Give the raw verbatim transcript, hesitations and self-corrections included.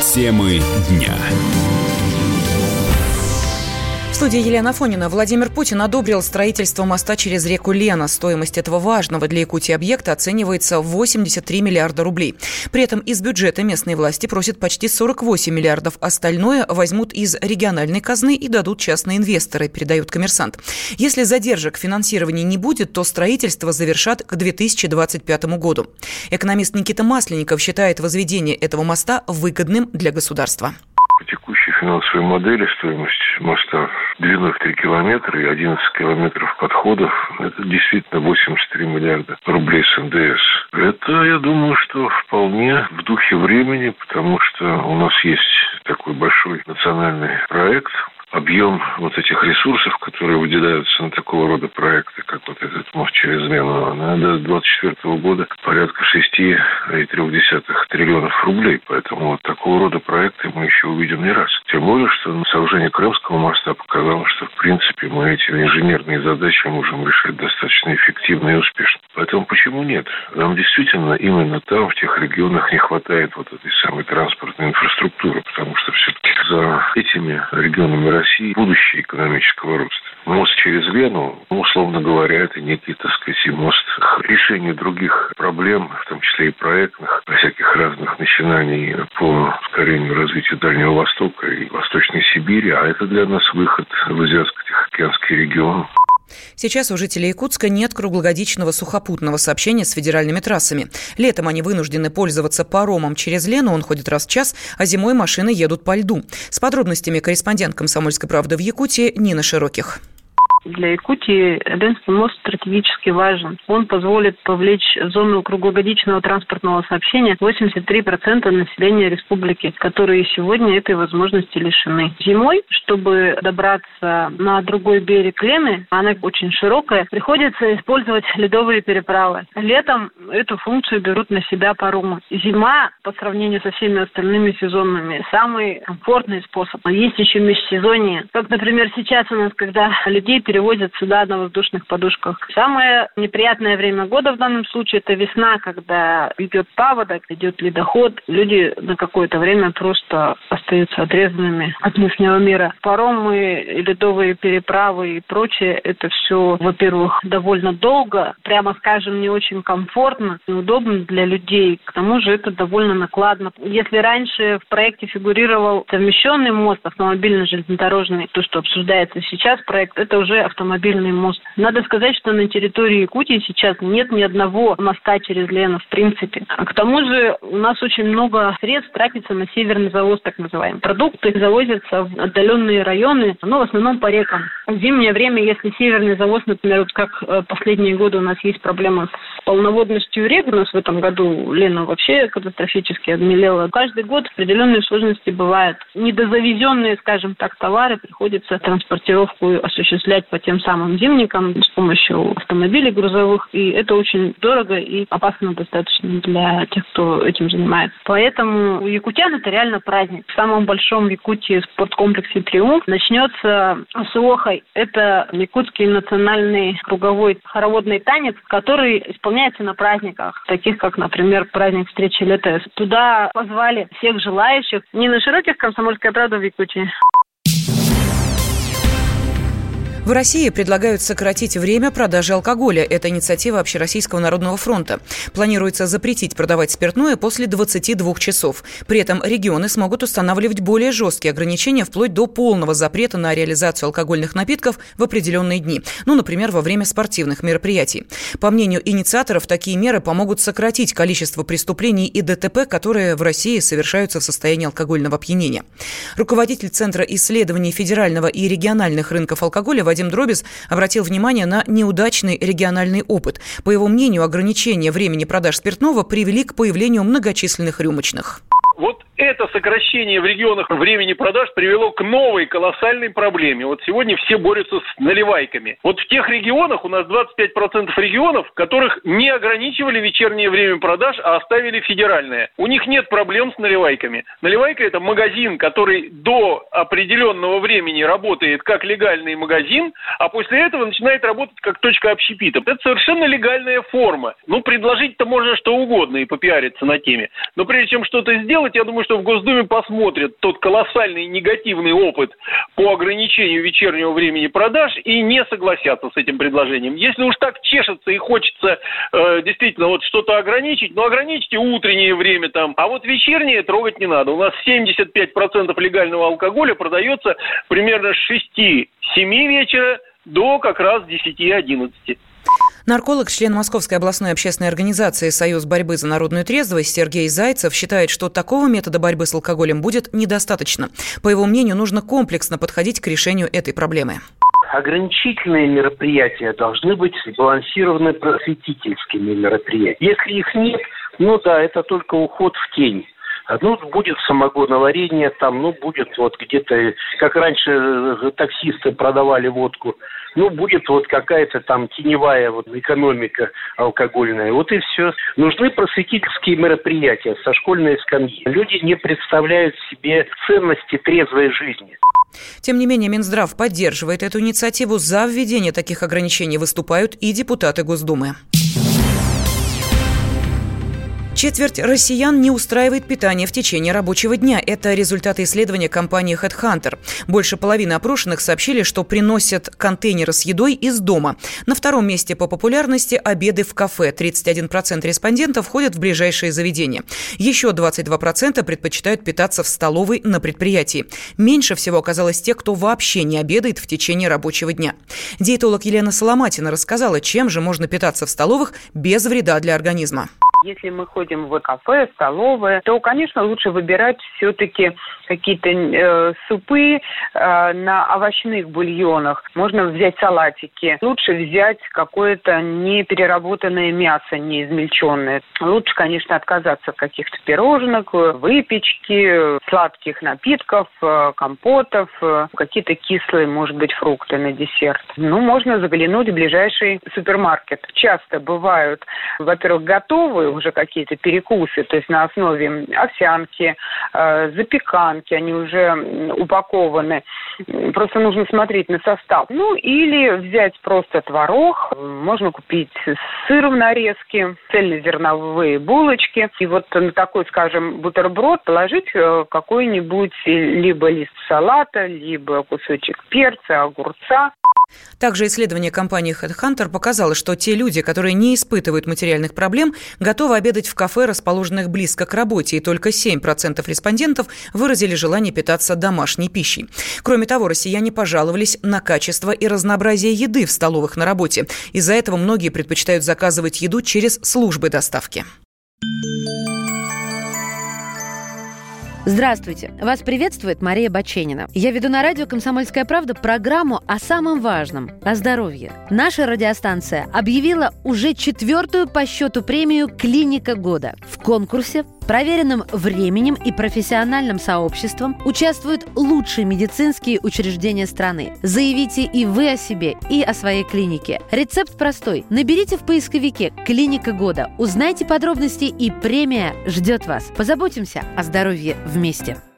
Темы дня. В студии Елена Афонина. Владимир Путин одобрил строительство моста через реку Лена. Стоимость этого важного для Якутии объекта оценивается в восемьдесят три миллиарда рублей. При этом из бюджета местные власти просят почти сорок восемь миллиардов. Остальное возьмут из региональной казны и дадут частные инвесторы, передает «Коммерсант». Если задержек в финансировании не будет, то строительство завершат к две тысячи двадцать пятому году. Экономист Никита Масленников считает возведение этого моста выгодным для государства. По текущей финансовой модели стоимость моста длиной в три километра и одиннадцать километров подходов – это действительно восемьдесят три миллиарда рублей с эн дэ эс. Это, я думаю, что вполне в духе времени, потому что у нас есть такой большой национальный проект. Объем вот этих ресурсов, которые выделяются на такого рода проекты, как вот этот мост через Лену, надо до двадцать четвёртого года порядка шесть целых три десятых триллионов рублей. Поэтому вот такого рода проекты мы еще увидим не раз. Тем более, что сооружение Крымского моста показало, что в принципе мы эти инженерные задачи можем решать достаточно эффективно и успешно. Поэтому почему нет? Нам действительно именно там, в тех регионах, не хватает вот этой самой транспортной инфраструктуры, потому что все-таки за этими регионами России будущее экономического роста. Мост через Лену, ну, условно говоря, это некий, так сказать, мост к решению других проблем, в том числе и проектных, всяких разных начинаний по ускорению развития Дальнего Востока и Восточной Сибири, а это для нас выход в Азиатско-Тихоокеанский регион. Сейчас у жителей Якутска нет круглогодичного сухопутного сообщения с федеральными трассами. Летом они вынуждены пользоваться паромом через Лену, он ходит раз в час, а зимой машины едут по льду. С подробностями корреспондент «Комсомольской правды» в Якутии Нина Широких. Для Якутии Ленский мост стратегически важен. Он позволит повлечь в зону круглогодичного транспортного сообщения восемьдесят три процента населения республики, которые сегодня этой возможности лишены. Зимой, чтобы добраться на другой берег Лены, она очень широкая, приходится использовать ледовые переправы. Летом эту функцию берут на себя паромы. Зима, по сравнению со всеми остальными сезонными, самый комфортный способ. Есть еще межсезонье. Как, например, сейчас у нас, когда людей перевозят сюда на воздушных подушках. Самое неприятное время года в данном случае – это весна, когда идет паводок, идет ледоход. Люди на какое-то время просто остаются отрезанными от внешнего мира. Паромы, ледовые переправы и прочее – это все, во-первых, довольно долго, прямо скажем, не очень комфортно, неудобно для людей. К тому же это довольно накладно. Если раньше в проекте фигурировал совмещенный мост автомобильно-железнодорожный, то, что обсуждается сейчас проект, это уже автомобильный мост. Надо сказать, что на территории Якутии сейчас нет ни одного моста через Лену в принципе. А к тому же у нас очень много средств тратится на северный завоз, так называемый. Продукты завозятся в отдаленные районы, но в основном по рекам. В зимнее время, если северный завоз, например, вот как последние годы у нас есть проблема с полноводностью рек, у нас в этом году Лена вообще катастрофически обмелела. Каждый год определенные сложности бывают. Недозавезенные, скажем так, товары приходится транспортировку осуществлять по тем самым зимникам с помощью автомобилей грузовых. И это очень дорого и опасно достаточно для тех, кто этим занимается. Поэтому у якутян это реально праздник. В самом большом в Якутии спорткомплексе «Триумф» начнется с Охой. Это якутский национальный круговой хороводный танец, который исполняется на праздниках, таких как, например, праздник встречи ЛТС. Туда позвали всех желающих. Нина Широких, «Комсомольская правда» в Якутии. В России предлагают сократить время продажи алкоголя. Это инициатива Общероссийского народного фронта. Планируется запретить продавать спиртное после двадцати двух часов. При этом регионы смогут устанавливать более жесткие ограничения, вплоть до полного запрета на реализацию алкогольных напитков в определенные дни. Ну, например, во время спортивных мероприятий. По мнению инициаторов, такие меры помогут сократить количество преступлений и дэ тэ пэ, которые в России совершаются в состоянии алкогольного опьянения. Руководитель Центра исследований федерального и региональных рынков алкоголя Вадим Дробис обратил внимание на неудачный региональный опыт. По его мнению, ограничения времени продаж спиртного привели к появлению многочисленных рюмочных. Вот это сокращение в регионах времени продаж привело к новой колоссальной проблеме. Вот сегодня все борются с наливайками. Вот в тех регионах, у нас двадцать пять процентов регионов, в которых не ограничивали вечернее время продаж, а оставили федеральное. У них нет проблем с наливайками. Наливайка – это магазин, который до определенного времени работает как легальный магазин, а после этого начинает работать как точка общепита. Это совершенно легальная форма. Ну, предложить-то можно что угодно и попиариться на теме. Но прежде чем что-то сделать, я думаю, что что в Госдуме посмотрят тот колоссальный негативный опыт по ограничению вечернего времени продаж и не согласятся с этим предложением. Если уж так чешется и хочется э, действительно вот что-то ограничить, ну ограничьте утреннее время там, а вот вечернее трогать не надо. У нас семьдесят пять процентов легального алкоголя продается примерно с шести-семи вечера до как раз десяти-одиннадцати. Нарколог, член Московской областной общественной организации «Союз борьбы за народную трезвость» Сергей Зайцев считает, что такого метода борьбы с алкоголем будет недостаточно. По его мнению, нужно комплексно подходить к решению этой проблемы. Ограничительные мероприятия должны быть сбалансированы просветительскими мероприятиями. Если их нет, ну да, это только уход в тень. Ну, будет самогоноварение, там, ну, будет вот где-то, как раньше таксисты продавали водку, ну, будет вот какая-то там теневая вот экономика алкогольная. Вот и все. Нужны просветительские мероприятия со школьной скамьи. Люди не представляют себе ценности трезвой жизни. Тем не менее, Минздрав поддерживает эту инициативу. За введение таких ограничений выступают и депутаты Госдумы. Четверть россиян не устраивает питание в течение рабочего дня. Это результаты исследования компании HeadHunter. Больше половины опрошенных сообщили, что приносят контейнеры с едой из дома. На втором месте по популярности обеды в кафе. тридцать один процент респондентов ходят в ближайшие заведения. Еще двадцать два процента предпочитают питаться в столовой на предприятии. Меньше всего оказалось тех, кто вообще не обедает в течение рабочего дня. Диетолог Елена Соломатина рассказала, чем же можно питаться в столовых без вреда для организма. Если мы ходим в кафе, столовые, то, конечно, лучше выбирать все-таки какие-то э, супы э, на овощных бульонах. Можно взять салатики. Лучше взять какое-то непереработанное мясо, не измельченное. Лучше, конечно, отказаться от каких-то пирожных, выпечки, сладких напитков, компотов, какие-то кислые, может быть, фрукты на десерт. Ну, можно заглянуть в ближайший супермаркет. Часто бывают, во-первых, готовые уже какие-то перекусы, то есть на основе овсянки, э, запеканки, они уже упакованы. Просто нужно смотреть на состав. Ну, или взять просто творог, можно купить сыр в нарезке, цельнозерновые булочки. И вот на такой, скажем, бутерброд положить какой-нибудь либо лист салата, либо кусочек перца, огурца. Также исследование компании HeadHunter показало, что те люди, которые не испытывают материальных проблем, готовы обедать в кафе, расположенных близко к работе, и только семь процентов респондентов выразили желание питаться домашней пищей. Кроме того, россияне пожаловались на качество и разнообразие еды в столовых на работе. Из-за этого многие предпочитают заказывать еду через службы доставки. Здравствуйте! Вас приветствует Мария Баченина. Я веду на радио «Комсомольская правда» программу о самом важном – о здоровье. Наша радиостанция объявила уже четвертую по счету премию «Клиника года». В конкурсе, проверенном временем и профессиональным сообществом, участвуют лучшие медицинские учреждения страны. Заявите и вы о себе, и о своей клинике. Рецепт простой. Наберите в поисковике «Клиника года», узнайте подробности, и премия ждет вас. Позаботимся о здоровье вместе.